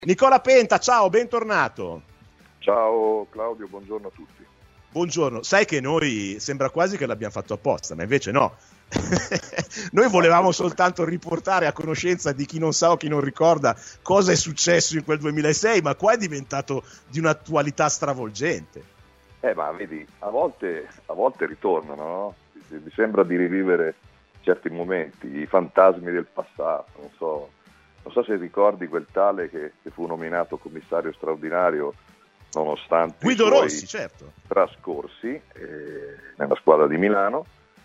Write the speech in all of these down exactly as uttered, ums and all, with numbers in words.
Nicola Penta, ciao, bentornato. Ciao Claudio, buongiorno a tutti. Buongiorno, sai che noi sembra quasi che l'abbiamo fatto apposta, ma invece no. Noi volevamo soltanto riportare a conoscenza di chi non sa o chi non ricorda cosa è successo in quel duemilasei, ma qua è diventato di un'attualità stravolgente. Eh, ma vedi, a volte, a volte ritornano, no? Mi sembra di rivivere certi momenti, i fantasmi del passato, non so, non so se ricordi quel tale che, che fu nominato commissario straordinario nonostante Guido i suoi Rossi, certo. trascorsi eh, nella squadra di Milano,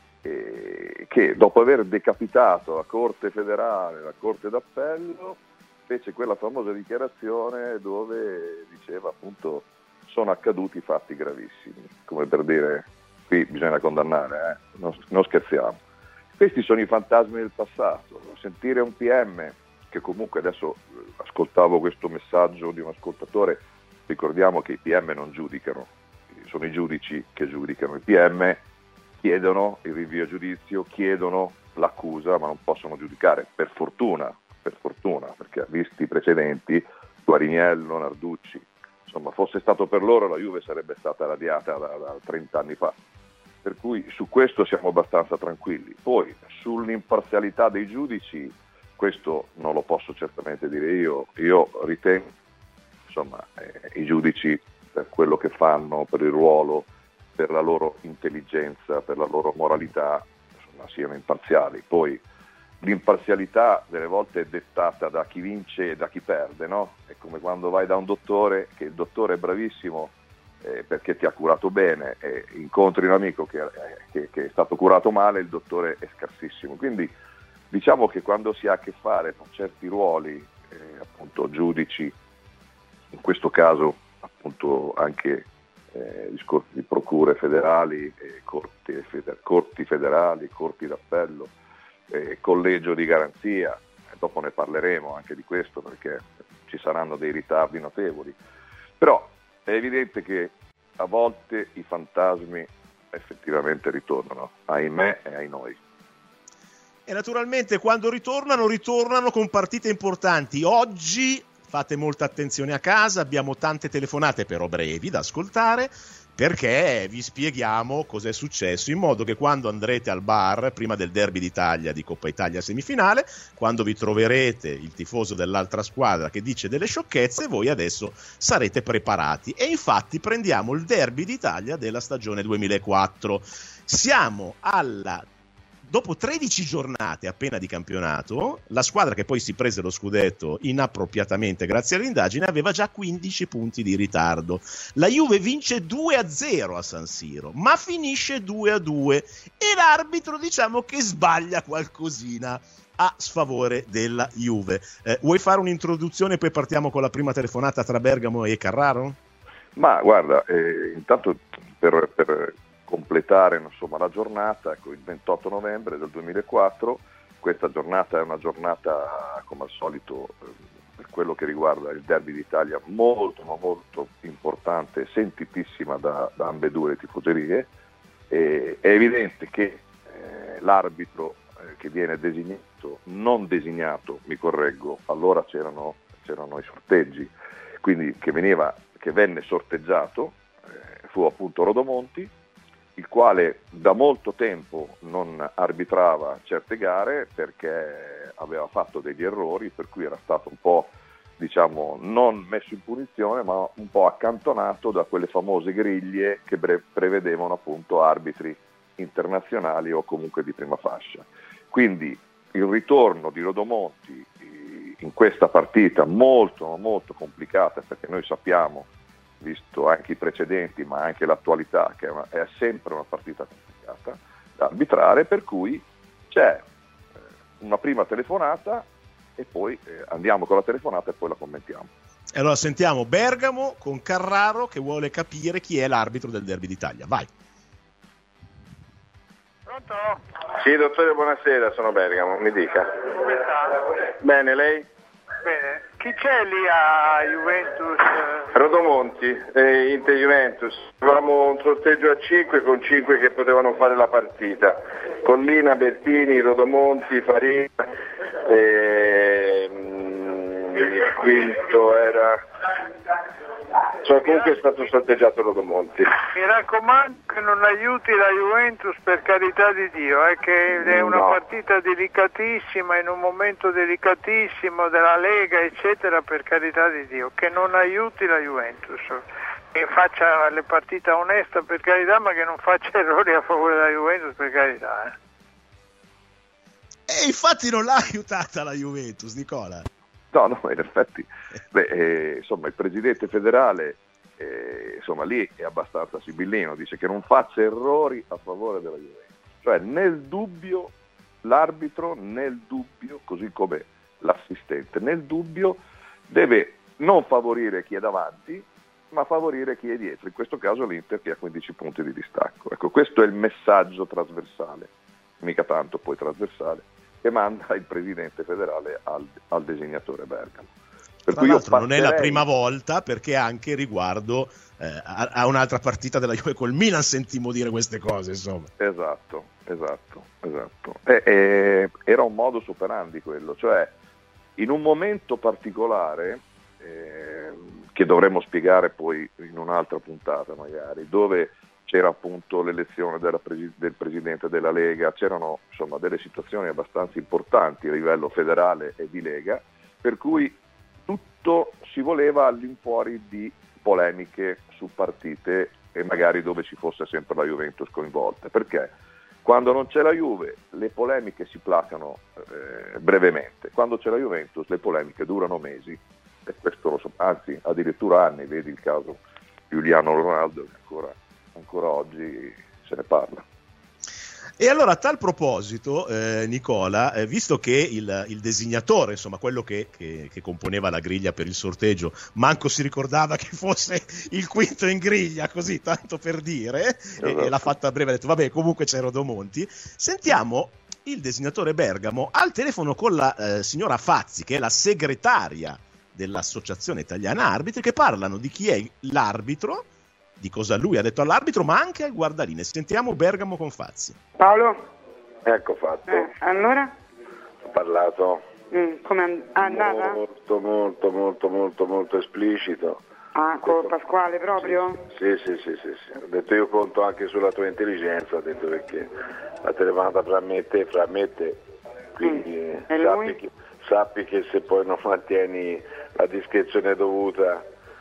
eh, che dopo aver decapitato la Corte federale, la Corte d'Appello, fece quella famosa dichiarazione dove diceva appunto sono accaduti fatti gravissimi, come per dire qui bisogna condannare, eh? non, non scherziamo. Questi sono i fantasmi del passato. Sentire un P M, che comunque adesso ascoltavo questo messaggio di un ascoltatore, ricordiamo che i P M non giudicano, sono i giudici che giudicano. I P M chiedono il rinvio a giudizio, chiedono l'accusa, ma non possono giudicare, per fortuna, per fortuna, perché visti i precedenti, Guariniello, Narducci, insomma, fosse stato per loro la Juve sarebbe stata radiata da, da trenta anni fa. Per cui su questo siamo abbastanza tranquilli. Poi sull'imparzialità dei giudici, questo non lo posso certamente dire io, io ritengo insomma eh, i giudici per quello che fanno, per il ruolo, per la loro intelligenza, per la loro moralità, insomma, siano imparziali. Poi l'imparzialità delle volte è dettata da chi vince e da chi perde, no? È come quando vai da un dottore, che il dottore è bravissimo eh, perché ti ha curato bene, e incontri un amico che, eh, che, che è stato curato male, il dottore è scarsissimo. Quindi diciamo che quando si ha a che fare con certi ruoli, eh, appunto giudici, in questo caso appunto anche eh, discorsi di procure federali, eh, corti, feder- corti federali, corti d'appello, eh, collegio di garanzia, e dopo ne parleremo anche di questo perché ci saranno dei ritardi notevoli, però è evidente che a volte i fantasmi effettivamente ritornano, ahimè e ai noi. E naturalmente quando ritornano, ritornano con partite importanti. Oggi fate molta attenzione a casa, abbiamo tante telefonate però brevi da ascoltare, perché vi spieghiamo cos'è successo, in modo che quando andrete al bar, prima del derby d'Italia di Coppa Italia semifinale, quando vi troverete il tifoso dell'altra squadra che dice delle sciocchezze, voi adesso sarete preparati. E infatti prendiamo il derby d'Italia della stagione duemilaquattro. Siamo alla... Dopo tredici giornate appena di campionato, la squadra che poi si prese lo scudetto inappropriatamente grazie all'indagine aveva già quindici punti di ritardo. La Juve vince due a zero a San Siro, ma finisce due a due e l'arbitro diciamo che sbaglia qualcosina a sfavore della Juve. Eh, vuoi fare un'introduzione e poi partiamo con la prima telefonata tra Bergamo e Carraro? Ma guarda, eh, intanto per... per... completare insomma la giornata, ecco, il ventotto novembre del duemilaquattro, questa giornata è una giornata come al solito eh, per quello che riguarda il derby d'Italia molto ma molto importante, sentitissima da, da ambedue le tifoserie. E, è evidente che eh, l'arbitro eh, che viene designato, non designato, mi correggo, allora c'erano, c'erano i sorteggi, quindi che, veniva, che venne sorteggiato eh, fu appunto Rodomonti, il quale da molto tempo non arbitrava certe gare perché aveva fatto degli errori, per cui era stato un po', diciamo, non messo in punizione, ma un po' accantonato da quelle famose griglie che bre- prevedevano appunto arbitri internazionali o comunque di prima fascia. Quindi il ritorno di Rodomonti in questa partita molto molto complicata, perché noi sappiamo, visto anche i precedenti ma anche l'attualità, che è, una, è sempre una partita complicata da arbitrare, per cui c'è eh, una prima telefonata e poi eh, andiamo con la telefonata e poi la commentiamo. E allora sentiamo Bergamo con Carraro che vuole capire chi è l'arbitro del derby d'Italia. Vai. Pronto? Sì, dottore, buonasera, sono Bergamo, mi dica. Come sta? Bene, lei? Bene. Chi c'è lì a Juventus? Rodomonti, eh, Inter Juventus. Avevamo un sorteggio a cinque con cinque che potevano fare la partita. Collina, Bertini, Rodomonti, Farina, eh, il quinto era... Cioè, comunque è stato sorteggiato Rodomonti. Mi raccomando che non aiuti la Juventus, per carità di Dio, eh, che è una No. partita delicatissima, in un momento delicatissimo della Lega, eccetera, per carità di Dio, che non aiuti la Juventus, che faccia le partite oneste, per carità, ma che non faccia errori a favore della Juventus, per carità. Eh. E infatti non l'ha aiutata la Juventus, Nicola. No, no, in effetti, beh, eh, insomma, il presidente federale, eh, insomma, lì è abbastanza sibillino, dice che non faccia errori a favore della Juventus. Cioè, nel dubbio, l'arbitro, nel dubbio, così come l'assistente, nel dubbio, deve non favorire chi è davanti, ma favorire chi è dietro. In questo caso l'Inter, che ha quindici punti di distacco. Ecco, questo è il messaggio trasversale, mica tanto poi trasversale, che manda il presidente federale al, al designatore Bergamo. Per Tra cui io l'altro non è la passerei- prima volta, perché anche riguardo eh, a, a un'altra partita della Juve col Milan sentimmo dire queste cose, insomma. Esatto, esatto, esatto. E, e, era un modus operandi quello, cioè in un momento particolare, eh, che dovremmo spiegare poi in un'altra puntata magari, dove c'era appunto l'elezione della presi- del presidente della Lega, c'erano insomma delle situazioni abbastanza importanti a livello federale e di Lega, per cui tutto si voleva all'infuori di polemiche su partite e magari dove ci fosse sempre la Juventus coinvolta, perché quando non c'è la Juve le polemiche si placano eh, brevemente, quando c'è la Juventus le polemiche durano mesi, e questo lo so, anzi addirittura anni, vedi il caso Giuliano Ronaldo, che ancora ancora oggi se ne parla. E allora, a tal proposito, eh, Nicola, eh, visto che il, il designatore, insomma quello che, che, che componeva la griglia per il sorteggio, manco si ricordava che fosse il quinto in griglia, così tanto per dire, esatto. e, e l'ha fatta a breve, ha detto vabbè, comunque c'è Rodomonti. Sentiamo il designatore Bergamo al telefono con la eh, signora Fazzi, che è la segretaria dell'Associazione Italiana Arbitri, che parlano di chi è l'arbitro, di cosa lui ha detto all'arbitro, ma anche al guardaline. Sentiamo Bergamo con Fazzi. Paolo? Ecco fatto. Eh, allora? Ho parlato Mm, come è andata? molto, molto, molto, molto, molto esplicito. Ah, con Pasquale proprio? Sì, sì, sì, sì, sì. Ho detto io conto anche sulla tua intelligenza, ho detto perché la telefonata fra me e te, fra me e te. Quindi Mm. eh, E sappi, lui? che, sappi che se poi non mantieni la discrezione dovuta,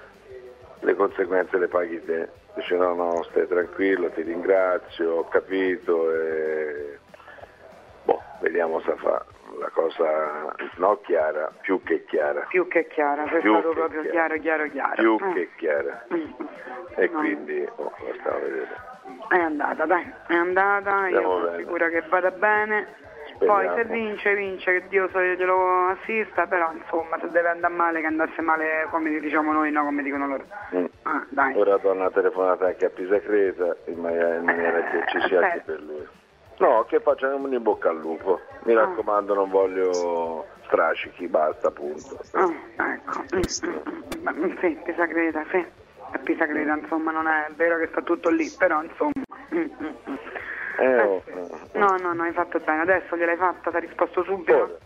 le conseguenze le paghi te. Dice no, no, stai tranquillo, ti ringrazio, ho capito e... boh, vediamo se fa la cosa, no, chiara, più che chiara. Più che chiara, sei Più stato che proprio chiara. chiaro, chiaro, chiaro. Più Eh. che chiara. Mm. E No. quindi, oh, la stiamo a vedere. È andata, dai, è andata, io Andiamo sono bene. sicura che vada bene. Speriamo. Poi se vince, vince, che Dio so io glielo assista, però insomma se deve andare male, che andasse male come diciamo noi, no come dicono loro. Mm. Ah, dai. Ora do una telefonata anche a Pisacreta in maniera, in maniera che ci sia anche Aspetta. per lui. No, che facciamo un in bocca al lupo. Mi Ah. raccomando, non voglio strascichi, basta, appunto. Ah, ecco. Mm, mm, mm. Sì, Pisacreta, sì. A Pisacreta, insomma, non è vero che sta tutto lì, però insomma. Mm, mm, mm. Eh, oh, sì. oh, oh. No, no, no, hai fatto bene. Adesso gliel'hai fatta, ti ha risposto subito. Ora.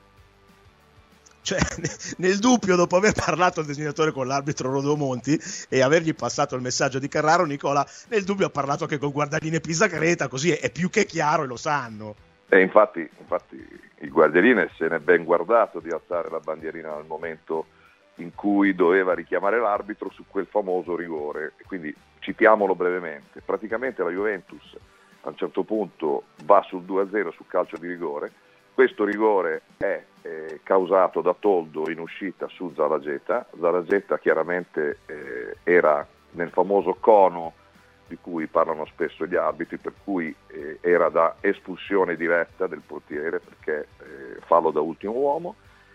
Cioè, nel dubbio, dopo aver parlato il designatore con l'arbitro Rodomonti e avergli passato il messaggio di Carraro, Nicola, nel dubbio ha parlato anche con guardaline Pisacreta, così è, è più che chiaro e lo sanno. E infatti, infatti il guardialine se n'è ben guardato di alzare la bandierina nel momento in cui doveva richiamare l'arbitro su quel famoso rigore. Quindi citiamolo brevemente. Praticamente la Juventus a un certo punto va sul due a zero sul calcio di rigore. Questo rigore è eh, causato da Toldo in uscita su Zalageta. Zalageta chiaramente eh, era nel famoso cono di cui parlano spesso gli arbitri, per cui eh, era da espulsione diretta del portiere, perché eh, fallo da ultimo uomo,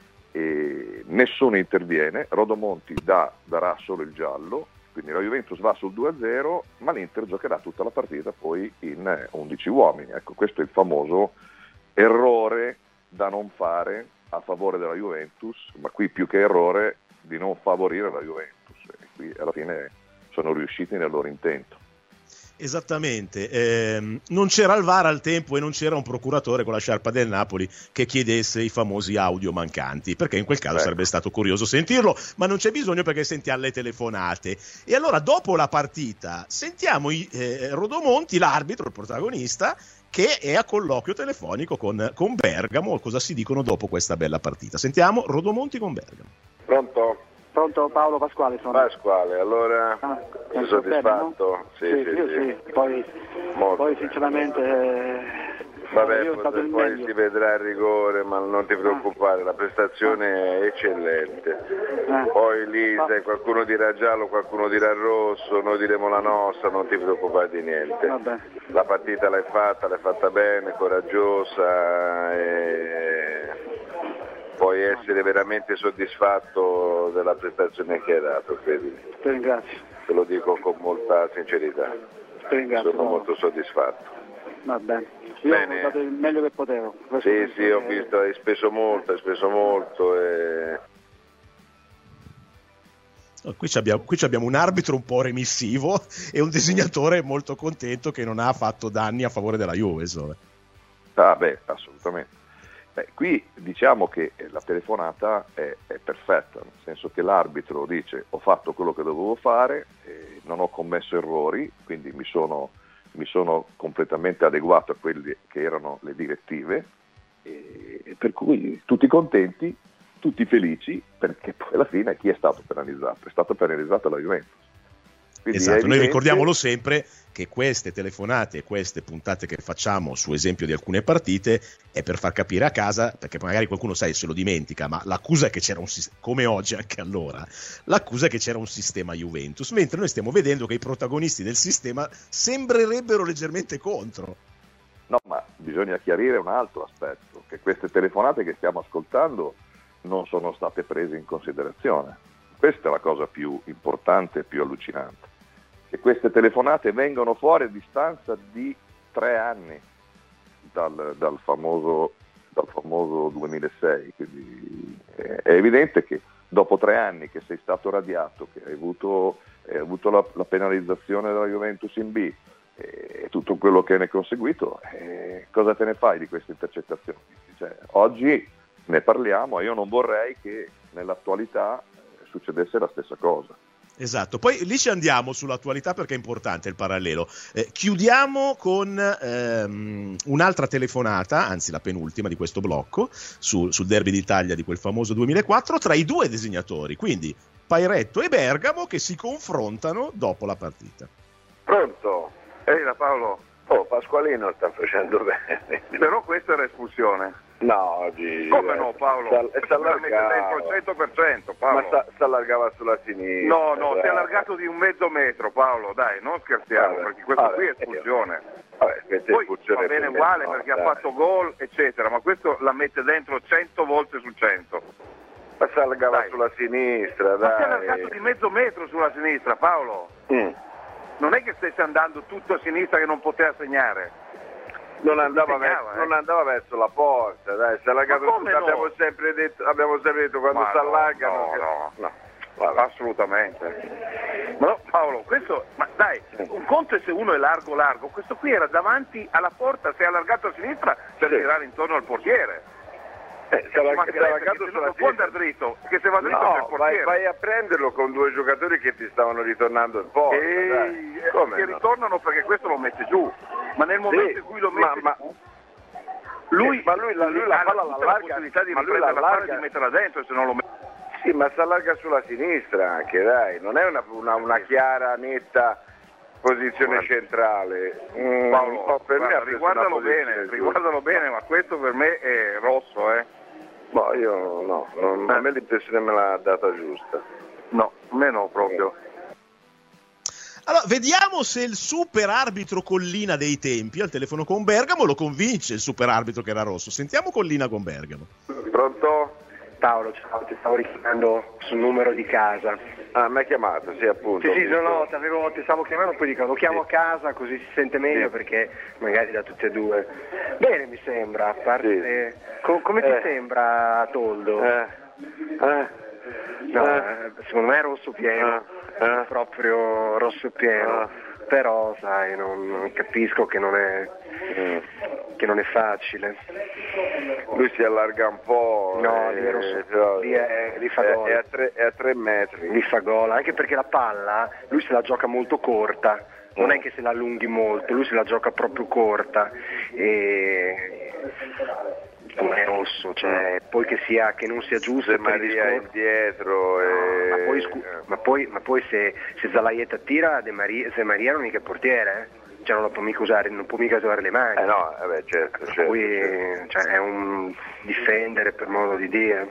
e nessuno interviene. Rodomonti dà, darà solo il giallo, quindi la Juventus va sul due a zero, ma l'Inter giocherà tutta la partita poi in eh, undici uomini. Ecco, questo è il famoso errore da non fare a favore della Juventus, ma qui più che errore di non favorire la Juventus, e qui alla fine sono riusciti nel loro intento. Esattamente, ehm, non c'era il V A R al tempo e non c'era un procuratore con la sciarpa del Napoli che chiedesse i famosi audio mancanti, perché in quel caso ecco. sarebbe stato curioso sentirlo, ma non c'è bisogno perché sentiamo le telefonate. E allora dopo la partita sentiamo i, eh, Rodomonti, l'arbitro, il protagonista, che è a colloquio telefonico con, con Bergamo. Cosa si dicono dopo questa bella partita? Sentiamo Rodomonti con Bergamo. Pronto? Pronto, Paolo Pasquale sono. Pasquale, allora ah, sei soddisfatto? Bene, no? Sì, sì, io sì, sì. Poi, poi sinceramente eh, vabbè, io poi, poi si vedrà il rigore, ma non ti preoccupare, ah. la prestazione ah. è eccellente. Ah. Poi lì ah. se qualcuno dirà giallo, qualcuno dirà rosso, noi diremo la nostra, non ti preoccupare di niente. Vabbè. La partita l'hai fatta, l'hai fatta bene, coraggiosa e puoi essere veramente soddisfatto della prestazione che hai dato, credimi. Ti ringrazio. Te lo dico con molta sincerità. Ti ringrazio. Sono molto soddisfatto. Va bene. Io bene. ho dato il meglio che potevo. Questo sì, sì, ho visto, hai speso molto, hai speso molto e... Qui abbiamo, qui abbiamo un arbitro un po' remissivo e un disegnatore molto contento che non ha fatto danni a favore della Juve. Insomma. Ah beh, assolutamente. Beh, qui diciamo che la telefonata è, è perfetta, nel senso che l'arbitro dice ho fatto quello che dovevo fare, eh, non ho commesso errori, quindi mi sono, mi sono completamente adeguato a quelle che erano le direttive, e per cui tutti contenti, tutti felici, perché poi alla fine chi è stato penalizzato? È stato penalizzato la Juventus. Quindi esatto, evidente... noi ricordiamolo sempre che queste telefonate e queste puntate che facciamo su esempio di alcune partite è per far capire a casa, perché magari qualcuno sai se lo dimentica, ma l'accusa è che c'era un sistema, come oggi anche allora, l'accusa è che c'era un sistema Juventus, mentre noi stiamo vedendo che i protagonisti del sistema sembrerebbero leggermente contro. No, ma bisogna chiarire un altro aspetto, che queste telefonate che stiamo ascoltando non sono state prese in considerazione. Questa è la cosa più importante e più allucinante. Che queste telefonate vengono fuori a distanza di tre anni dal, dal, famoso, dal famoso duemilasei, quindi è evidente che dopo tre anni che sei stato radiato, che hai avuto, hai avuto la, la penalizzazione della Juventus in B e tutto quello che ne è conseguito, eh, cosa te ne fai di queste intercettazioni? Cioè, oggi ne parliamo e io non vorrei che nell'attualità succedesse la stessa cosa. Esatto, poi lì ci andiamo sull'attualità perché è importante il parallelo. Eh, chiudiamo con ehm, un'altra telefonata, anzi la penultima di questo blocco, su, sul derby d'Italia di quel famoso duemilaquattro, tra i due designatori, quindi Pairetto e Bergamo, che si confrontano dopo la partita. Pronto? Ehi da Paolo. Oh, Pasqualino sta facendo bene. Però questa era espulsione. No, oggi... Come no, Paolo? Si allargava dentro il cento per cento, Paolo. Ma si allargava sulla sinistra. No, no, si è allargato di un mezzo metro, Paolo, dai, non scherziamo, vabbè, perché questo vabbè, qui è espulsione. Vabbè, poi espulsione va bene uguale no, perché dai. ha fatto gol, eccetera, ma questo la mette dentro cento volte su cento. Ma si allargava dai. sulla sinistra, dai. Ma si è allargato di mezzo metro sulla sinistra, Paolo. Mm. Non è che stesse andando tutto a sinistra che non poteva segnare. Non andava, segnava, verso, eh. non andava verso la porta, dai, si è allargato tutto, no? abbiamo sempre detto, abbiamo sempre detto quando ma si allargano. No, che... no, no, no. Assolutamente. Ma no, Paolo, questo, ma dai, un conto è se uno è largo largo, questo qui era davanti alla porta, si è allargato a sinistra per sì. tirare intorno al portiere. Eh, si è allargato sulla non può andare dritto, che se va dritto no, c'è il portiere. Vai, vai a prenderlo con due giocatori che ti stavano ritornando in porta. Ehi, eh, che no? ritornano perché questo lo mette giù, ma nel momento sì, in cui lo mette ma, giù, lui, eh, ma lui, la, lui la ha palla la l'allarga, possibilità di ma lui riprendere la palla e di metterla dentro se non lo mette. Sì, ma si allarga sulla sinistra anche, dai, non è una, una, una chiara, netta posizione guarda. centrale. Mm, Paolo, no, per guarda, me riguardalo bene, riguardalo bene, ma questo per me è rosso, eh. No, io no, non, a me l'impressione me l'ha data giusta. No, a me no proprio. Allora, vediamo se il super arbitro Collina dei tempi al telefono con Bergamo lo convince il super arbitro che era rosso. Sentiamo Collina con Bergamo. Pronto? Paolo, ciao, ti stavo richiamando sul numero di casa. Ah, mi hai chiamato, sì, appunto. Sì, sì, no, no, t'avevo, ti stavo chiamando, poi dico, lo chiamo sì. a casa così si sente meglio, sì. perché magari da tutte e due. Bene, mi sembra, a parte... Sì. Co- come ti eh. sembra Toldo? Eh. Eh. No, eh. secondo me è rosso pieno, eh. Eh. proprio rosso pieno. Eh. però sai, non, non capisco che non è mm. che non è facile. Lui si allarga un po', no, eh, lì, è rosso, però, lì, è, lì fa è, gol, è, a tre, è a tre metri, lì fa gol, anche perché la palla lui se la gioca molto corta, non è che se la allunghi molto, lui se la gioca proprio corta e non è rosso, cioè poi che sia che non sia giusto se per Maria il discorso... indietro no, e... ma poi, scu... ma poi, ma poi se, se Zalaieta tira De Maria, Se Maria non è mica il portiere, eh? Cioè non lo può mica usare, non può mica usare le mani, eh no, eh beh, certo, per certo, cui certo. Cioè, è un difendere per modo di dire.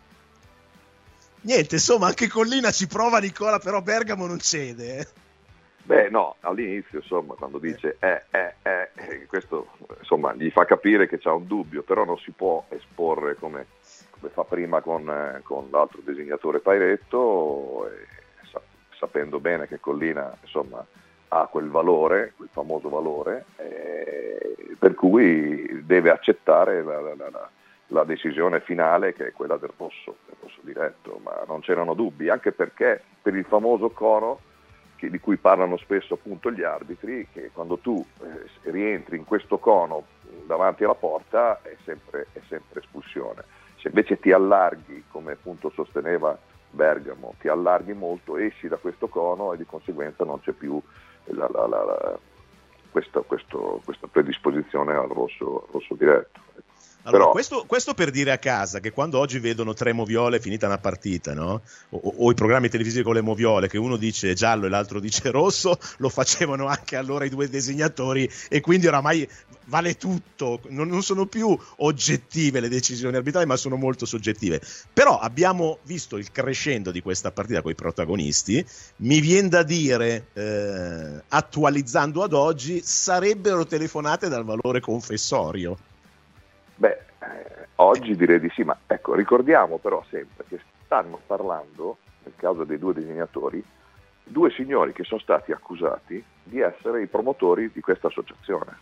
Niente, insomma, anche Collina ci prova, Nicola, però Bergamo non cede. Eh. Beh no, all'inizio insomma quando dice eh, eh, eh, questo insomma gli fa capire che c'ha un dubbio, però non si può esporre come, come fa prima con, eh, con l'altro disegnatore Pairetto, eh, sa, sapendo bene che Collina insomma ha quel valore, quel famoso valore, eh, per cui deve accettare la, la, la, la decisione finale che è quella del rosso, del rosso diretto, ma non c'erano dubbi, anche perché per il famoso cono di cui parlano spesso appunto gli arbitri, che quando tu eh, rientri in questo cono davanti alla porta è sempre, è sempre espulsione. Se invece ti allarghi, come appunto sosteneva Bergamo, ti allarghi molto, esci da questo cono e di conseguenza non c'è più la, la, la, la, questa, questo, questa predisposizione al rosso, rosso diretto. Allora, Però... questo, questo per dire a casa che quando oggi vedono tre moviole finita una partita, no? O, o i programmi televisivi con le moviole, che uno dice giallo e l'altro dice rosso, lo facevano anche allora i due disegnatori e quindi oramai vale tutto, non, non sono più oggettive le decisioni arbitrali ma sono molto soggettive. Però abbiamo visto il crescendo di questa partita con i protagonisti, mi viene da dire, eh, attualizzando ad oggi, sarebbero telefonate dal valore confessorio. Beh, eh, oggi direi di sì, ma ecco, ricordiamo però sempre che stanno parlando, nel caso dei due disegnatori, due signori che sono stati accusati di essere i promotori di questa associazione.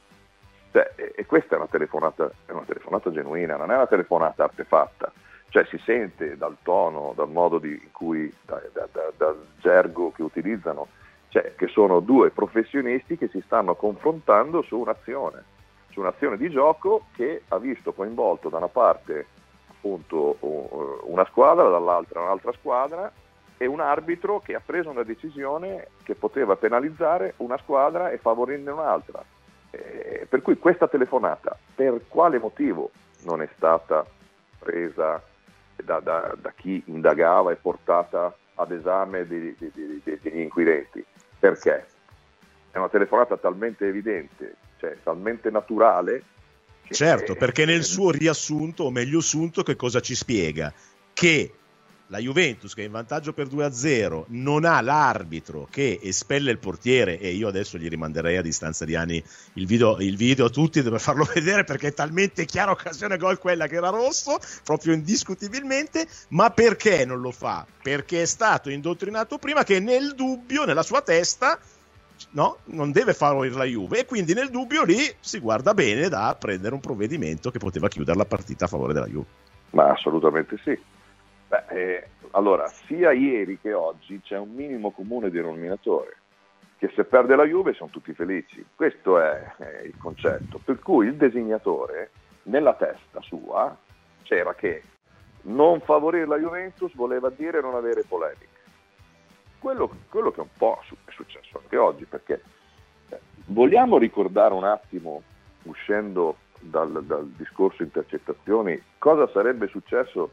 Cioè, e, e questa è una telefonata, è una telefonata genuina, non è una telefonata artefatta. Cioè si sente dal tono, dal modo di, in cui, da, da, da, dal gergo che utilizzano, cioè che sono due professionisti che si stanno confrontando su un'azione. Su un'azione di gioco che ha visto coinvolto da una parte appunto una squadra, dall'altra un'altra squadra e un arbitro che ha preso una decisione che poteva penalizzare una squadra e favorirne un'altra. Eh, per cui questa telefonata, per quale motivo non è stata presa da, da, da chi indagava e portata ad esame degli, degli, degli inquirenti? Perché? È una telefonata talmente evidente, cioè talmente naturale. Che certo, è... perché nel suo riassunto, o meglio assunto, che cosa ci spiega? Che la Juventus, che è in vantaggio per due a zero, non ha l'arbitro che espelle il portiere, e io adesso gli rimanderei a distanza di anni il video, il video a tutti, deve farlo vedere perché è talmente chiara occasione gol quella che era rosso, proprio indiscutibilmente. Ma perché non lo fa? Perché è stato indottrinato prima che nel dubbio, nella sua testa, no, non deve favorire la Juve, e quindi nel dubbio lì si guarda bene da prendere un provvedimento che poteva chiudere la partita a favore della Juve. Ma assolutamente sì. Beh, eh, allora, sia ieri che oggi c'è un minimo comune denominatore, che se perde la Juve sono tutti felici. Questo è, è il concetto, per cui il disegnatore nella testa sua c'era che non favorire la Juventus voleva dire non avere polemiche. Quello, quello che un po' è successo anche oggi, perché eh, vogliamo ricordare un attimo, uscendo dal, dal discorso intercettazioni, cosa sarebbe successo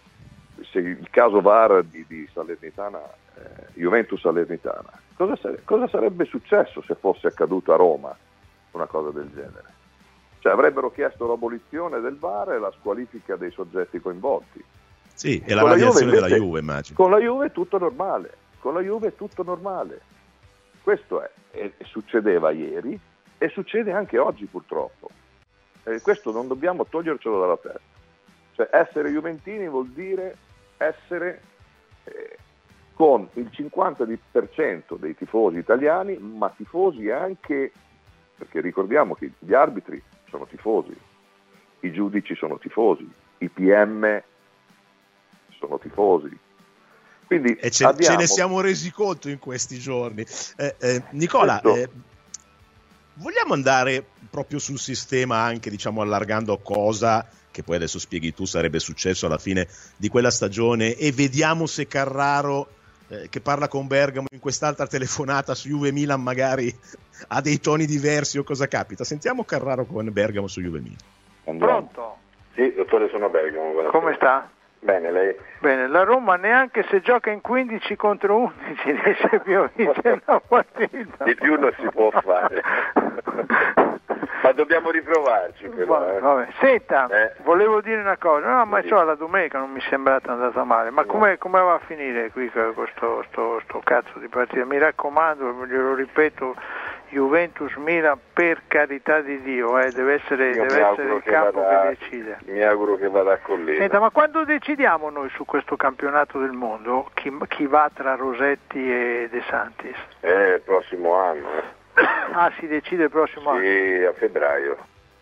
se il caso V A R di, di Salernitana, eh, Juventus Salernitana, cosa, sare- cosa sarebbe successo se fosse accaduto a Roma una cosa del genere? Cioè avrebbero chiesto l'abolizione del V A R e la squalifica dei soggetti coinvolti. Sì, e la radiazione della Juve, immagino. Con la Juve è tutto normale. Con la Juve è tutto normale. Questo è, e succedeva ieri e succede anche oggi purtroppo. E questo non dobbiamo togliercelo dalla testa. Cioè essere juventini vuol dire essere eh, con il cinquanta per cento dei tifosi italiani, ma tifosi anche, perché ricordiamo che gli arbitri sono tifosi, i giudici sono tifosi, i P M sono tifosi. Quindi e ce, abbiamo... ce ne siamo resi conto in questi giorni. Eh, eh, Nicola, eh, vogliamo andare proprio sul sistema, anche diciamo allargando cosa che poi adesso spieghi tu sarebbe successo alla fine di quella stagione, e vediamo se Carraro, eh, che parla con Bergamo in quest'altra telefonata su Juve Milan, magari ha dei toni diversi o cosa capita. Sentiamo Carraro con Bergamo su Juve Milan. Andiamo. Pronto? Sì, dottore, sono Bergamo. Come sta? Bene, lei? Bene, la Roma neanche se gioca in quindici contro undici riesce più a vincere una partita. Di più non si può fare. Ma dobbiamo riprovarci però. Vabbè, eh. vabbè. Senta, Eh. volevo dire una cosa, no, ma Sì. cioè, la domenica non mi è sembrata andata male, ma come, come va a finire qui con questo sto, sto cazzo di partita? Mi raccomando, glielo ripeto, Juventus-Milan, per carità di Dio, eh, deve essere, Io deve mi essere auguro il che campo vada- che decide. Mi auguro che vada a collina. Senta, ma quando decidiamo noi su questo campionato del mondo chi, chi va tra Rosetti e De Santis? Eh, il prossimo anno. eh. Ah, si decide il prossimo anno? Sì, a febbraio.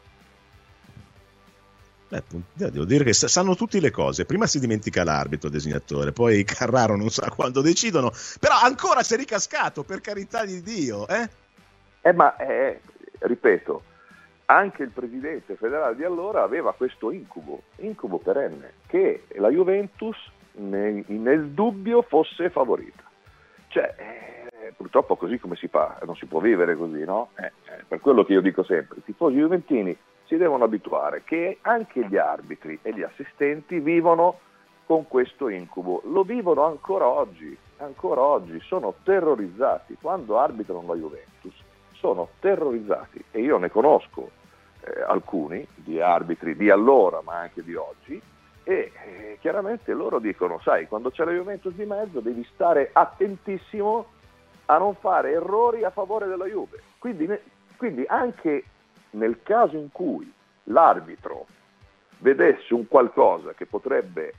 Beh, devo dire che sanno tutte le cose. Prima si dimentica l'arbitro, il designatore, poi Carraro non sa quando decidono, però ancora c'è ricascato, per carità di Dio, eh? Eh, ma eh, ripeto, anche il presidente federale di allora aveva questo incubo, incubo perenne, che la Juventus nel, nel dubbio fosse favorita. Cioè, eh, purtroppo così come si fa, non si può vivere così, no? Eh, eh, per quello che io dico sempre, i tifosi juventini si devono abituare che anche gli arbitri e gli assistenti vivono con questo incubo, lo vivono ancora oggi, ancora oggi, sono terrorizzati, quando arbitrano la Juventus sono terrorizzati, e io ne conosco eh, alcuni di arbitri di allora ma anche di oggi, e eh, chiaramente loro dicono, sai, quando c'è la Juventus di mezzo devi stare attentissimo a non fare errori a favore della Juve, quindi, ne, quindi anche nel caso in cui l'arbitro vedesse un qualcosa che potrebbe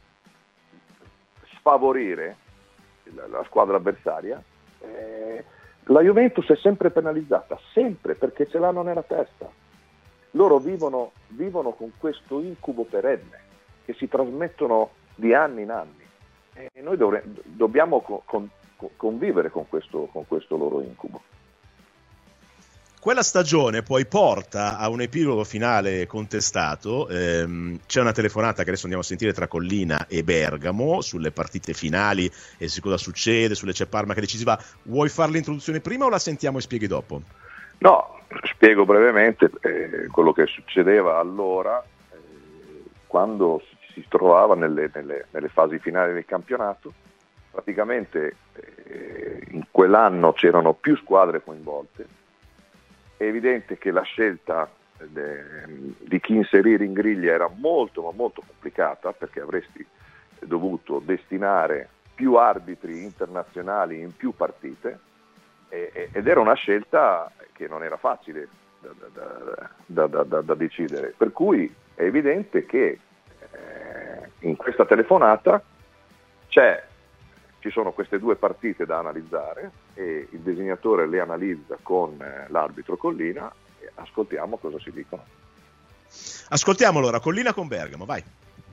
sfavorire la, la squadra avversaria, eh, la Juventus è sempre penalizzata, sempre, perché ce l'hanno nella testa. Loro vivono, vivono con questo incubo perenne che si trasmettono di anni in anni, e noi dovre, dobbiamo con, con, convivere con questo, con questo loro incubo. Quella stagione poi porta a un epilogo finale contestato. Ehm, c'è una telefonata che adesso andiamo a sentire tra Collina e Bergamo sulle partite finali e su cosa succede, sulle c'è Parma che è decisiva. Vuoi fare l'introduzione prima o la sentiamo e spieghi dopo? No, spiego brevemente eh, quello che succedeva allora eh, quando si trovava nelle, nelle, nelle fasi finali del campionato. Praticamente eh, in quell'anno c'erano più squadre coinvolte. È evidente che la scelta de, di chi inserire in griglia era molto ma molto complicata, perché avresti dovuto destinare più arbitri internazionali in più partite, e, ed era una scelta che non era facile da, da, da, da, da, da decidere, per cui è evidente che eh, in questa telefonata c'è ci sono queste due partite da analizzare e il disegnatore le analizza con eh, l'arbitro Collina, e ascoltiamo cosa si dicono. Ascoltiamo allora Collina con Bergamo, vai.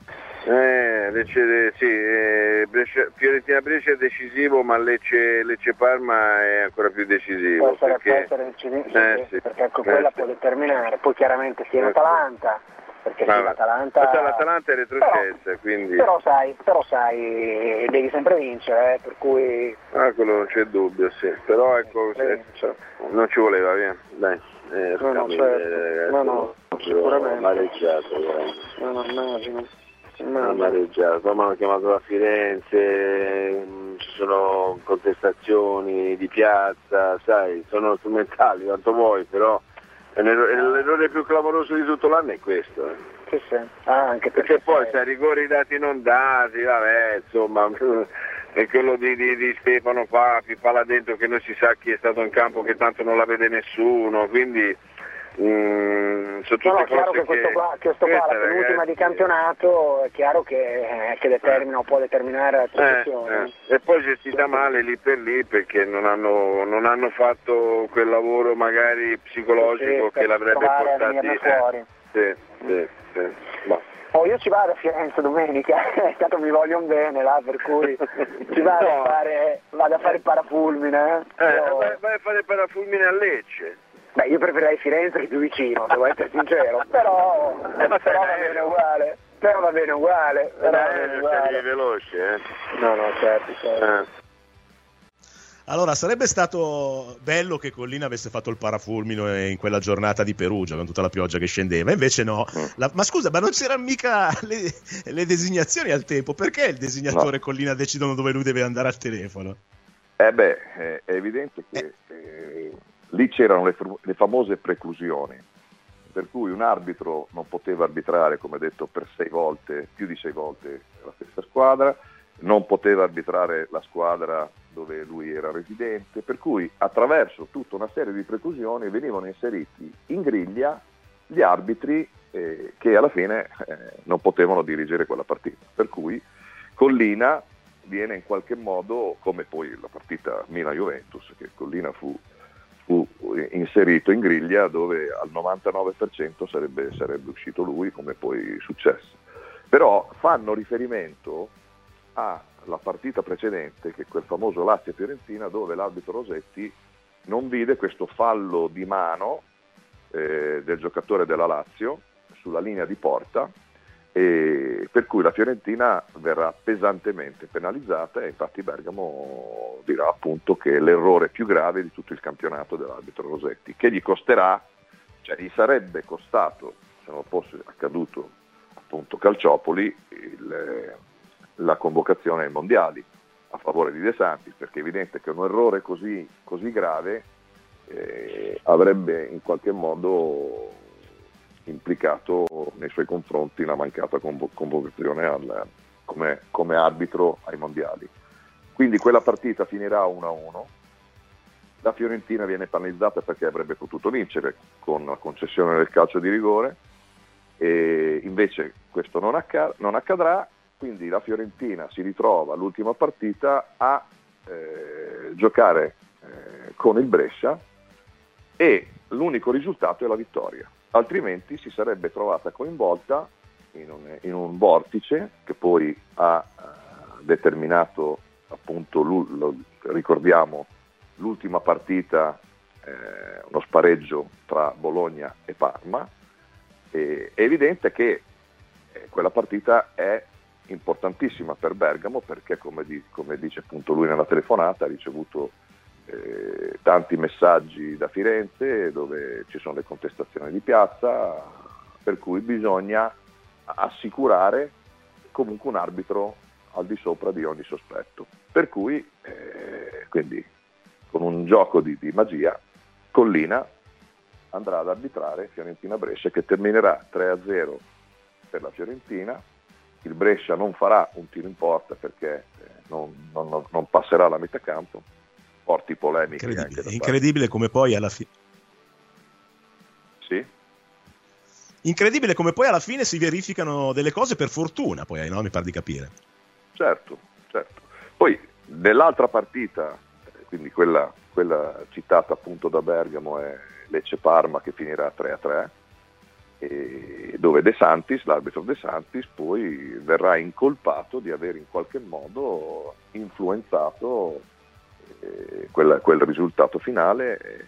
Eh, Lecce, sì, eh, Brescia, Fiorentina Brescia è decisivo, ma Lecce, Lecce Parma è ancora più decisivo. Può essere, perché, può essere decisivo, sì, eh, sì, sì, perché anche eh, quella sì. può determinare. Poi chiaramente sia in Eh, Atalanta, perché sì, Ma- l'Atalanta... ma l'Atalanta è retrocessa, però, quindi però sai, però sai, devi sempre vincere, eh, per cui... ah, quello non c'è dubbio, sì. Però ecco, Sì, se- non ci voleva, via, dai. Eh, No, no, scambi, certo. eh, ragazzi, No, no, ho sicuramente. Mareggiato, veramente. No, no, immagino. Ho immagino. mareggiato. Poi mi hanno chiamato da Firenze, mh, ci sono contestazioni di piazza, sai, sono strumentali, quanto vuoi, però è l'errore, l'errore più clamoroso di tutto l'anno è questo. Eh. Sì, sì. Ah, anche perché, Perché poi sai, sai, rigori dati non dati, vabbè, insomma, e quello di, di, di Stefano Papi, fa là dentro che non si sa chi è stato in campo, che tanto non la vede nessuno, quindi mm, sono tutte No, no, cose chiaro che che questo qua, questo qua questa, la penultima ragazzi, di campionato è chiaro che, che determina o può determinare la eh, posizione. eh. E poi gestita male lì per lì, perché non hanno, non hanno fatto quel lavoro magari psicologico Sì, che per l'avrebbe provare a portati venirne eh, fuori. sì. Sì, sì. Ma... Oh, io ci vado a Firenze domenica, tanto mi vogliono bene là, per cui ci vado no. a fare vado a fare il parafulmine. Eh, eh io... vai, vai a fare il parafulmine a Lecce. Beh, io preferirei Firenze che più vicino, devo essere sincero, però, eh, ma però va bene uguale, però va bene uguale. Però va bene uguale. Veloce, eh? No, no, certo, certo. Eh. Allora, sarebbe stato bello che Collina avesse fatto il parafulmine in quella giornata di Perugia, con tutta la pioggia che scendeva, invece no. La... Ma scusa, ma non c'erano mica le, le designazioni al tempo? Perché il designatore no. Collina decidono dove lui deve andare al telefono? Eh beh, è, è evidente che eh. Eh, lì c'erano le, le famose preclusioni, per cui un arbitro non poteva arbitrare, come detto, per sei volte, più di sei volte la stessa squadra, non poteva arbitrare la squadra dove lui era residente, per cui attraverso tutta una serie di preclusioni venivano inseriti in griglia gli arbitri eh, che alla fine eh, non potevano dirigere quella partita, per cui Collina viene in qualche modo, come poi la partita Milan-Juventus, che Collina fu, fu inserito in griglia dove al novantanove per cento sarebbe, sarebbe uscito lui, come poi successo. Però fanno riferimento alla partita precedente, che è quel famoso Lazio-Fiorentina, dove l'arbitro Rosetti non vide questo fallo di mano eh, del giocatore della Lazio sulla linea di porta, e per cui la Fiorentina verrà pesantemente penalizzata, e infatti Bergamo dirà appunto che è l'errore più grave di tutto il campionato dell'arbitro Rosetti, che gli costerà, cioè gli sarebbe costato, se non fosse accaduto appunto Calciopoli, il la convocazione ai mondiali a favore di De Santis, perché è evidente che un errore così, così grave eh, avrebbe in qualche modo implicato nei suoi confronti una mancata convo- convocazione al, come, come arbitro ai mondiali. Quindi quella partita finirà uno a uno, la Fiorentina viene penalizzata perché avrebbe potuto vincere con la concessione del calcio di rigore, e invece questo non, acca- non accadrà. Quindi la Fiorentina si ritrova all'ultima partita a eh, giocare eh, con il Brescia, e l'unico risultato è la vittoria, altrimenti si sarebbe trovata coinvolta in un, in un vortice che poi ha eh, determinato appunto, lo, ricordiamo, l'ultima partita, eh, uno spareggio tra Bologna e Parma. E, è evidente che eh, quella partita è importantissima per Bergamo, perché come, di, come dice appunto lui nella telefonata, ha ricevuto eh, tanti messaggi da Firenze dove ci sono le contestazioni di piazza, per cui bisogna assicurare comunque un arbitro al di sopra di ogni sospetto, per cui eh, quindi con un gioco di, di magia Collina andrà ad arbitrare Fiorentina-Brescia, che terminerà tre a zero per la Fiorentina. Il Brescia non farà un tiro in porta perché non, non, non passerà la metà campo, porti polemiche. Incredibile, anche da incredibile parte. come poi alla fine sì? Incredibile come poi alla fine si verificano delle cose per fortuna, poi no? Mi pare di capire. Certo, certo. Poi nell'altra partita, quindi quella, quella citata appunto da Bergamo, è Lecce-Parma, che finirà tre a tre, e dove De Santis, l'arbitro De Santis, poi verrà incolpato di aver in qualche modo influenzato eh, quel, quel risultato finale, eh,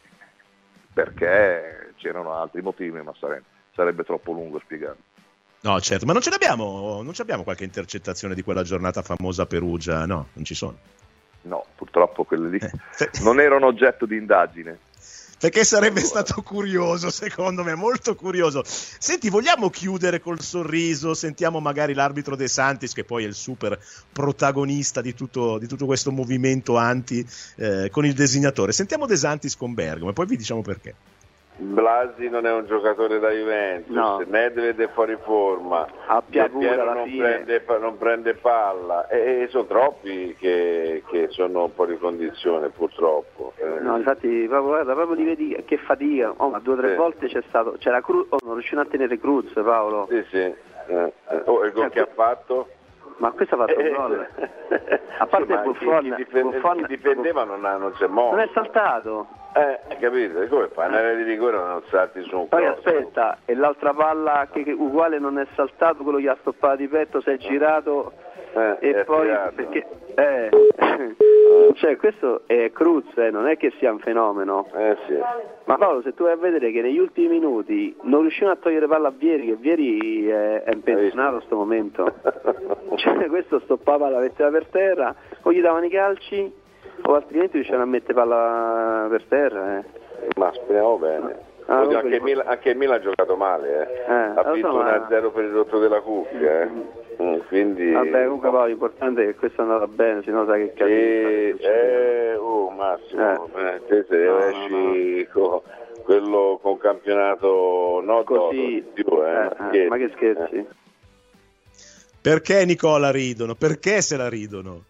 perché c'erano altri motivi, ma sarebbe, sarebbe troppo lungo spiegarlo. No, certo, ma non ce l'abbiamo, non ce l'abbiamo qualche intercettazione di quella giornata famosa a Perugia? No, non ci sono. No, purtroppo quelle lì eh, se... non erano oggetto di indagine. Perché sarebbe stato curioso, secondo me, molto curioso. Senti, vogliamo chiudere col sorriso? Sentiamo magari l'arbitro De Santis, che poi è il super protagonista di tutto, di tutto questo movimento anti, eh, con il designatore. Sentiamo De Santis con Bergamo e poi vi diciamo perché. Blasi non è un giocatore da Juventus, no. Medved è fuori forma, Abbia Piero alla non, fine. prende, non prende palla, e, e sono troppi che, che sono un po' di condizione, purtroppo. Eh. No, infatti proprio, guarda, proprio di vedi che fatica. Oh, ma due o tre sì. volte c'è stato, c'era Cruz, oh, non riuscivano a tenere Cruz, Paolo. Sì, sì. Eh, eh. Oh, il gol eh, che ha fatto? ma questo ha fatto un gol. A parte sì, Buffon, chi, chi, difende, Buffon, chi difendeva non, ha, non si è mosso. Non è saltato. Eh, hai capito? Come fai? Un'area di rigore non salti su un Poi cross. aspetta, e l'altra palla che, che uguale non è saltato, quello gli ha stoppato di petto, si è girato eh, e è poi tirato. perché eh, cioè questo è Cruz, eh, non è che sia un fenomeno. Eh sì. Ma Paolo, se tu vai a vedere che negli ultimi minuti non riuscivano a togliere palla a Vieri, che Vieri è, è impensionato in questo momento, cioè questo stoppava, la metteva per terra, o gli davano i calci o altrimenti riuscivano a mettere palla per terra. Eh. Ma speriamo bene. Ah, Oddio, anche, per... il Milan, anche il Milan ha giocato male, eh. Eh, ha vinto so, ma... uno a zero per il rotto della cuffia, eh. Mm, quindi... Vabbè, comunque poi l'importante è che questo è andato bene, se no sai che casino. E... Eh, oh Massimo, eh. Eh, te se no, esci no, no. Con quello con campionato no così, più, eh, eh, ma, eh, ma che scherzi. Eh. Perché Nicola ridono? Perché se la ridono?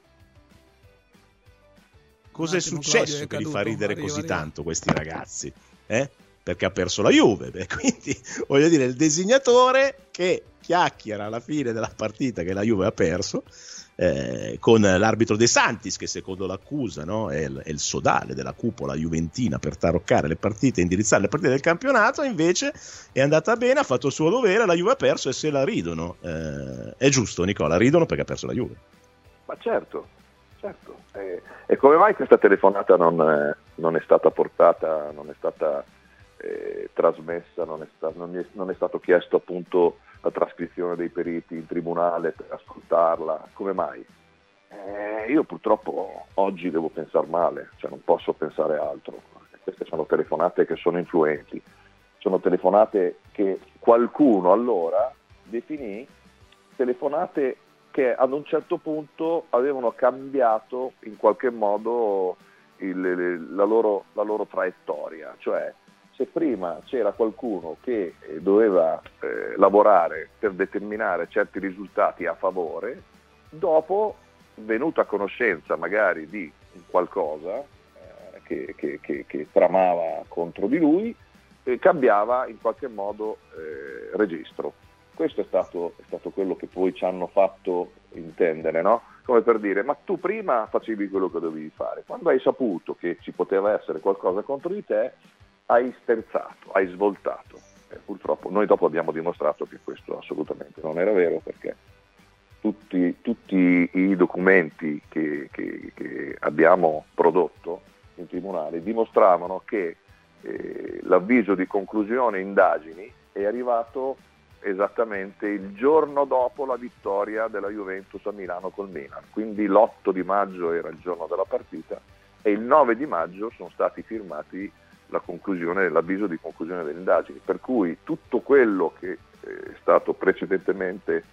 Cosa è successo è caduto, che li fa ridere arriva, così arriva. tanto questi ragazzi? Eh? Perché ha perso la Juve, beh, quindi voglio dire, il disegnatore che chiacchiera alla fine della partita che la Juve ha perso eh, con l'arbitro De Santis, che secondo l'accusa, no, è, il, è il sodale della cupola juventina per taroccare le partite, indirizzare le partite del campionato, invece è andata bene, ha fatto il suo dovere, la Juve ha perso e se la ridono. Eh, è giusto, Nicola, ridono perché ha perso la Juve. Ma certo, certo. E, e come mai questa telefonata non, eh, non è stata portata, non è stata eh, trasmessa, non è, sta, non, è, non è stato chiesto appunto la trascrizione dei periti in tribunale per ascoltarla? Come mai? Eh, io purtroppo oggi devo pensare male, cioè non posso pensare altro. Queste sono telefonate che sono influenti, sono telefonate che qualcuno allora definì telefonate che ad un certo punto avevano cambiato in qualche modo il, la, loro, la loro traiettoria, cioè se prima c'era qualcuno che doveva eh, lavorare per determinare certi risultati a favore, dopo, venuto a conoscenza magari di qualcosa eh, che, che, che, che tramava contro di lui, eh, cambiava in qualche modo eh, registro. Questo è stato, è stato quello che poi ci hanno fatto intendere, no? Come per dire, ma tu prima facevi quello che dovevi fare, quando hai saputo che ci poteva essere qualcosa contro di te, hai sterzato, hai svoltato. Eh, purtroppo noi dopo abbiamo dimostrato che questo assolutamente non era vero, perché tutti, tutti i documenti che, che, che abbiamo prodotto in tribunale dimostravano che eh, l'avviso di conclusione indagini è arrivato esattamente il giorno dopo la vittoria della Juventus a Milano col Milan, quindi l'otto di maggio era il giorno della partita e il nove di maggio sono stati firmati la conclusione, l'avviso di conclusione delle indagini, per cui tutto quello che è stato precedentemente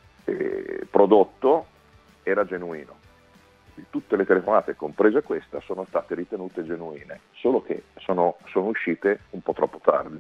eh, prodotto era genuino. Tutte le telefonate, comprese questa, sono state ritenute genuine, solo che sono, sono uscite un po' troppo tardi.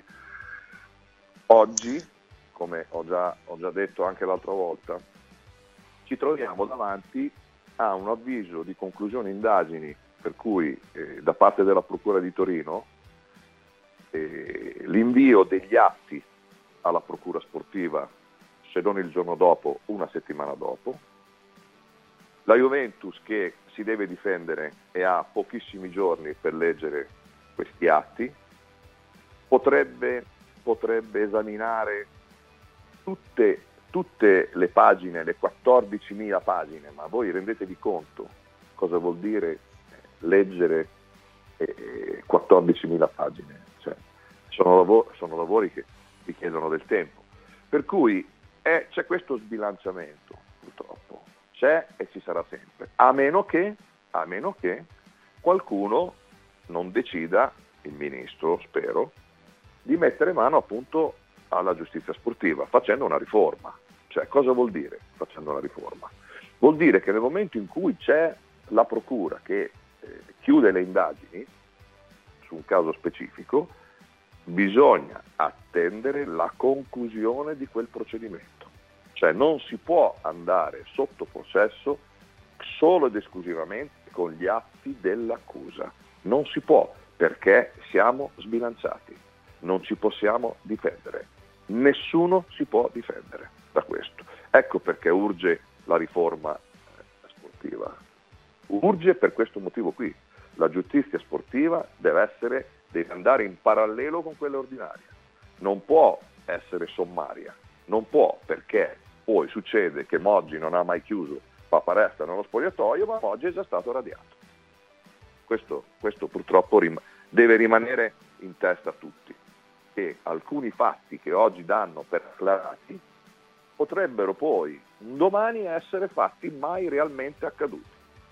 Oggi, come ho già, ho già detto anche l'altra volta, ci troviamo davanti a un avviso di conclusione indagini per cui eh, da parte della Procura di Torino eh, l'invio degli atti alla Procura Sportiva, se non il giorno dopo, una settimana dopo, la Juventus che si deve difendere e ha pochissimi giorni per leggere questi atti, potrebbe, potrebbe esaminare tutte, tutte le pagine, le quattordicimila pagine, ma voi rendetevi conto cosa vuol dire leggere eh, quattordicimila pagine, cioè, sono, lavori, sono lavori che richiedono del tempo, per cui è, c'è questo sbilanciamento, purtroppo, c'è e ci sarà sempre, a meno che, a meno che qualcuno non decida, il ministro spero, di mettere mano appunto alla giustizia sportiva facendo una riforma. Cioè, cosa vuol dire facendo una riforma? Vuol dire che nel momento in cui c'è la procura che eh, chiude le indagini su un caso specifico, bisogna attendere la conclusione di quel procedimento. Cioè non si può andare sotto processo solo ed esclusivamente con gli atti dell'accusa. Non si può, perché siamo sbilanciati, non ci possiamo difendere. Nessuno si può difendere da questo. Ecco perché urge la riforma sportiva. Urge per questo motivo qui. La giustizia sportiva deve essere, deve andare in parallelo con quella ordinaria. Non può essere sommaria, non può, perché poi succede che Moggi non ha mai chiuso Paparesta nello spogliatoio, ma Moggi è già stato radiato. Questo, questo purtroppo rim- deve rimanere in testa a tutti, che alcuni fatti che oggi danno per acclarati potrebbero poi un domani essere fatti mai realmente accaduti.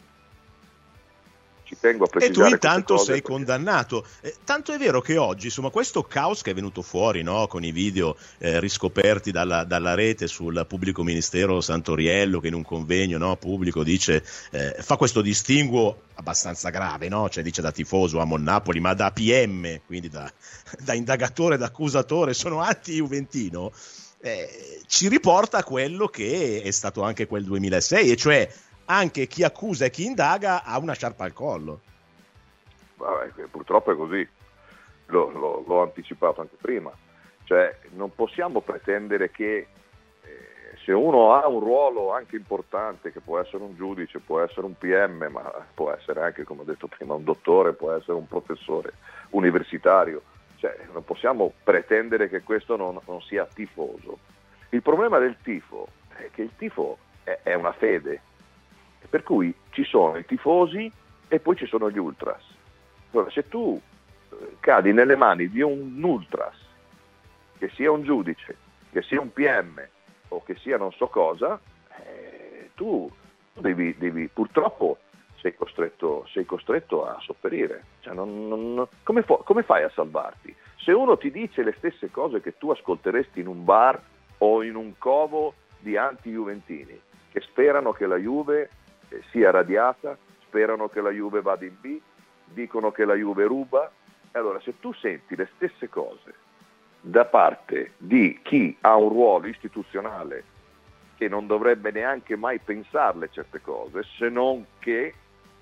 Ci tengo a precisare. E tu intanto sei perché... condannato. Eh, tanto è vero che oggi, insomma, questo caos che è venuto fuori, no, con i video eh, riscoperti dalla, dalla rete sul pubblico ministero Santoriello, che in un convegno, no, pubblico dice, eh, fa questo distinguo abbastanza grave, no? Cioè dice da tifoso amo il Napoli, ma da P M, quindi da, da indagatore, da accusatore, sono anti-juventino. Eh, ci riporta a quello che è stato anche quel duemilasei, e cioè anche chi accusa e chi indaga ha una sciarpa al collo. Vabbè, purtroppo è così, l'ho, l'ho, l'ho anticipato anche prima, cioè non possiamo pretendere che eh, se uno ha un ruolo anche importante, che può essere un giudice, può essere un P M, ma può essere anche, come ho detto prima, un dottore, può essere un professore universitario, cioè non possiamo pretendere che questo non, non sia tifoso. Il problema del tifo è che il tifo è, è una fede, per cui ci sono i tifosi e poi ci sono gli ultras. Allora, se tu eh, cadi nelle mani di un ultras, che sia un giudice, che sia un P M o che sia non so cosa, eh, tu devi, devi purtroppo sei costretto, sei costretto a sopperire. Cioè, non, non, come, fo- come fai a salvarti? Se uno ti dice le stesse cose che tu ascolteresti in un bar o in un covo di anti-juventini, che sperano che la Juve sia radiata, sperano che la Juve vada in B, dicono che la Juve ruba. Allora, se tu senti le stesse cose da parte di chi ha un ruolo istituzionale che non dovrebbe neanche mai pensarle certe cose, se non che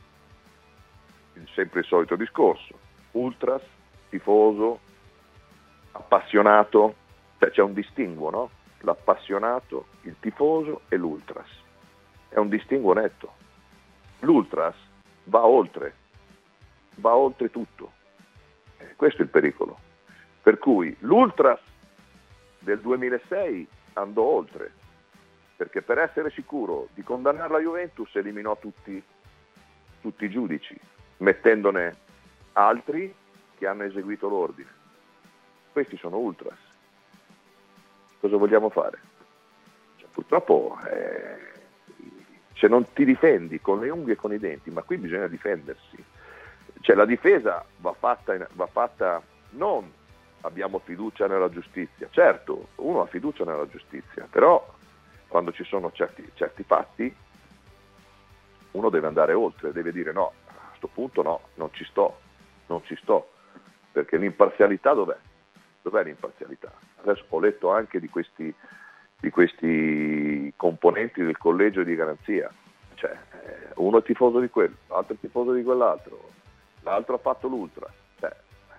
sempre il solito discorso, ultras, tifoso, appassionato, cioè c'è un distinguo, no? L'appassionato, il tifoso e l'ultras. È un distinguo netto. L'ultras va oltre, va oltre tutto. Eh, questo è il pericolo. Per cui l'ultras del duemilasei andò oltre, perché per essere sicuro di condannare la Juventus eliminò tutti, tutti i giudici, mettendone altri che hanno eseguito l'ordine. Questi sono ultras. Cosa vogliamo fare? Cioè, purtroppo eh, se non ti difendi con le unghie e con i denti, ma qui bisogna difendersi. Cioè la difesa va fatta, in, va fatta non abbiamo fiducia nella giustizia. Certo, uno ha fiducia nella giustizia, però quando ci sono certi, certi fatti uno deve andare oltre, deve dire no, a questo punto no, non ci sto, non ci sto, perché l'imparzialità dov'è? Dov'è l'imparzialità? Adesso ho letto anche di questi, di questi componenti del collegio di garanzia, cioè uno è tifoso di quello, l'altro è tifoso di quell'altro, l'altro ha fatto l'ultra, cioè,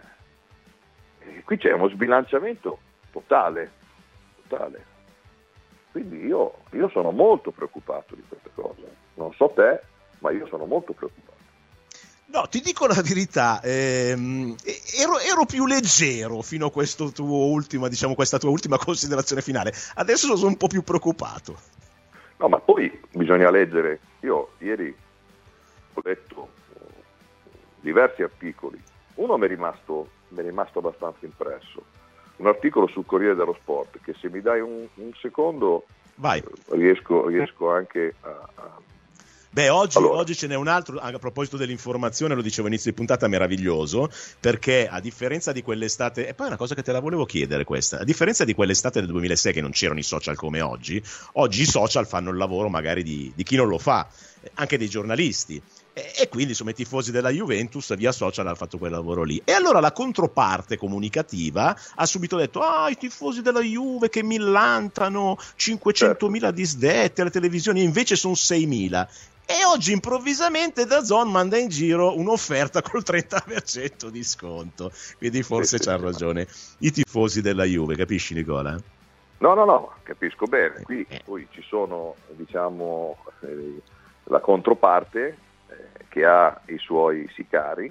eh, qui c'è uno sbilanciamento totale, totale. Quindi io, io sono molto preoccupato di queste cose, non so te, ma io sono molto preoccupato. No, ti dico la verità, ehm, ero, ero più leggero fino a questo tuo ultima, diciamo, questa tua ultima considerazione finale. Adesso sono un po' più preoccupato. No, ma poi bisogna leggere. Io ieri ho letto diversi articoli. Uno mi è rimasto, mi è rimasto abbastanza impresso. Un articolo sul Corriere dello Sport, che se mi dai un, un secondo Vai. riesco, riesco anche a... a Beh, oggi, allora. oggi ce n'è un altro, a proposito dell'informazione, lo dicevo inizio di puntata, meraviglioso, perché a differenza di quell'estate, e poi è una cosa che te la volevo chiedere questa, a differenza di quell'estate del duemilasei che non c'erano i social come oggi, oggi i social fanno il lavoro magari di, di chi non lo fa, anche dei giornalisti, e, e quindi insomma i tifosi della Juventus via social hanno fatto quel lavoro lì, e allora la controparte comunicativa ha subito detto ah i tifosi della Juve che millantano cinquecentomila disdetti alle televisioni, invece sono seimila. E oggi improvvisamente DAZN manda in giro un'offerta col trenta per cento di sconto, quindi forse c'ha ragione i tifosi della Juve, capisci Nicola? No, no, no, capisco bene. Qui poi ci sono, diciamo, eh, la controparte eh, che ha i suoi sicari,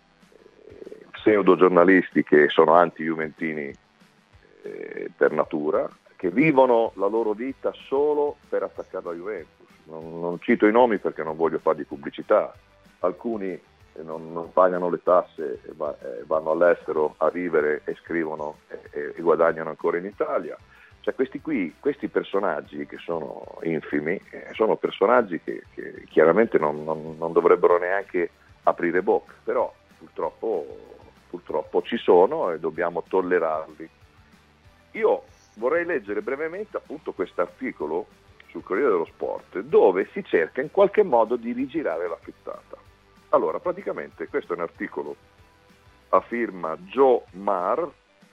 eh, pseudo-giornalisti che sono anti-juventini eh, per natura, che vivono la loro vita solo per attaccare la Juventus. Non, non cito i nomi perché non voglio fargli pubblicità. Alcuni non, non pagano le tasse e va, eh, vanno all'estero a vivere e scrivono e, e guadagnano ancora in Italia. Cioè questi qui, questi personaggi che sono infimi, eh, sono personaggi che, che chiaramente non, non, non dovrebbero neanche aprire bocca, però purtroppo, purtroppo ci sono e dobbiamo tollerarli. Io vorrei leggere brevemente appunto questo articolo sul Corriere dello Sport, dove si cerca in qualche modo di rigirare la frittata. Allora, praticamente questo è un articolo a firma Joe Marr,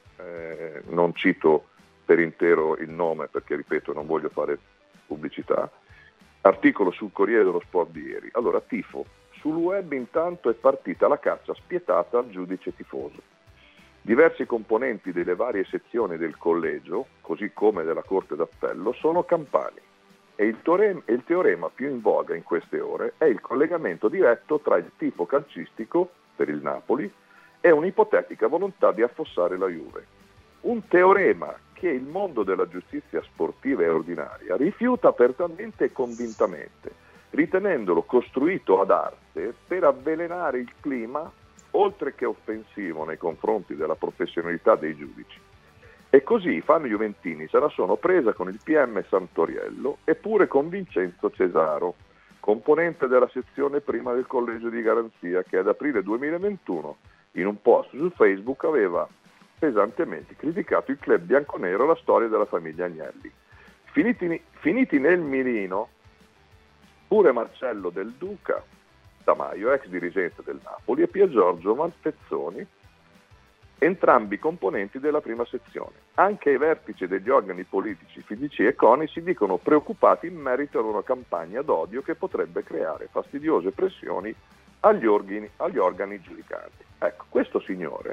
eh, non cito per intero il nome perché, ripeto, non voglio fare pubblicità, articolo sul Corriere dello Sport di ieri. Allora, tifo, sul web intanto è partita la caccia spietata al giudice tifoso. Diversi componenti delle varie sezioni del collegio, così come della Corte d'Appello, sono campani. E il, teorema, il teorema più in voga in queste ore è il collegamento diretto tra il tifo calcistico per il Napoli e un'ipotetica volontà di affossare la Juve. Un teorema che il mondo della giustizia sportiva e ordinaria rifiuta apertamente e convintamente, ritenendolo costruito ad arte per avvelenare il clima, oltre che offensivo nei confronti della professionalità dei giudici. E così i fan juventini se la sono presa con il P M Santoriello e pure con Vincenzo Cesaro, componente della sezione prima del collegio di garanzia, che ad aprile duemilaventuno in un post su Facebook aveva pesantemente criticato il club bianconero e la storia della famiglia Agnelli. Finiti, finiti nel mirino pure Marcello Del Duca Tamaio, ex dirigente del Napoli, e Pier Giorgio Malpezzoni, entrambi componenti della prima sezione. Anche i vertici degli organi politici F I D C e CONI si dicono preoccupati in merito ad una campagna d'odio che potrebbe creare fastidiose pressioni agli organi, agli organi giudicanti. Ecco, questo signore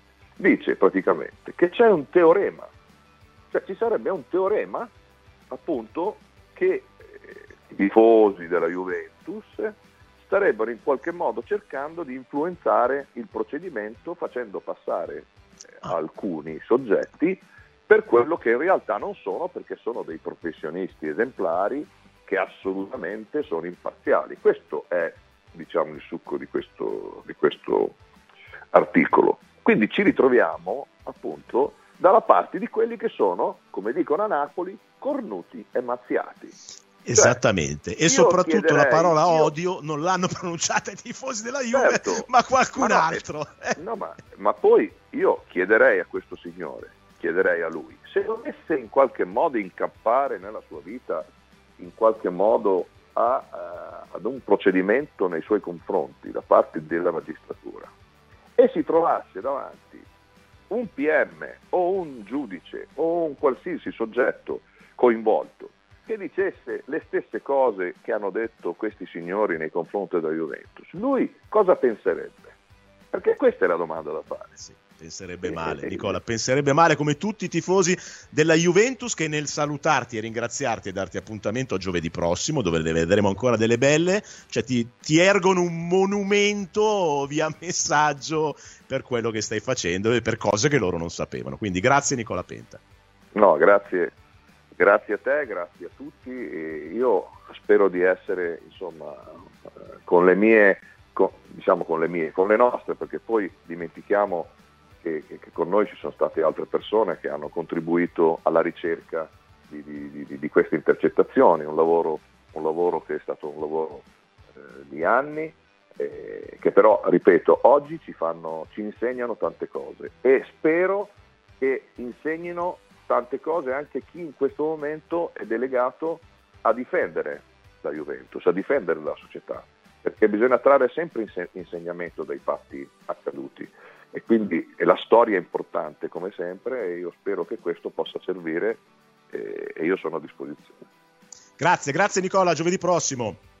dice praticamente che c'è un teorema, cioè ci sarebbe un teorema appunto che eh, i tifosi della Juventus starebbero in qualche modo cercando di influenzare il procedimento, facendo passare eh, alcuni soggetti per quello che in realtà non sono, perché sono dei professionisti esemplari che assolutamente sono imparziali. Questo è, diciamo, il succo di questo, di questo articolo. Quindi ci ritroviamo appunto dalla parte di quelli che sono, come dicono a Napoli, cornuti e mazziati. Esattamente, cioè, e soprattutto chiederei, la parola io... odio non l'hanno pronunciata i tifosi della Juve, certo, ma qualcun ma no, altro. Eh, no, ma, ma poi io chiederei a questo signore, chiederei a lui, se dovesse in qualche modo incappare nella sua vita, in qualche modo a, uh, ad un procedimento nei suoi confronti da parte della magistratura e si trovasse davanti un P M o un giudice o un qualsiasi soggetto coinvolto che dicesse le stesse cose che hanno detto questi signori nei confronti della Juventus, lui cosa penserebbe? Perché questa è la domanda da fare. Sì, penserebbe male, Nicola, penserebbe male come tutti i tifosi della Juventus, che nel salutarti e ringraziarti e darti appuntamento a giovedì prossimo, dove ne vedremo ancora delle belle, cioè ti, ti ergono un monumento via messaggio per quello che stai facendo e per cose che loro non sapevano. Quindi grazie Nicola Penta. No, grazie. Grazie a te, grazie a tutti. E io spero di essere, insomma, con le mie, con, diciamo con le mie, con le nostre, perché poi dimentichiamo che, che, che con noi ci sono state altre persone che hanno contribuito alla ricerca di, di, di, di queste intercettazioni, un lavoro, un lavoro che è stato un lavoro eh, di anni, eh, che però, ripeto, oggi ci fanno, ci insegnano tante cose e spero che insegnino tante cose anche chi in questo momento è delegato a difendere la Juventus, a difendere la società, perché bisogna trarre sempre insegnamento dai fatti accaduti e quindi la storia è importante come sempre e io spero che questo possa servire e io sono a disposizione. Grazie, grazie Nicola, a giovedì prossimo.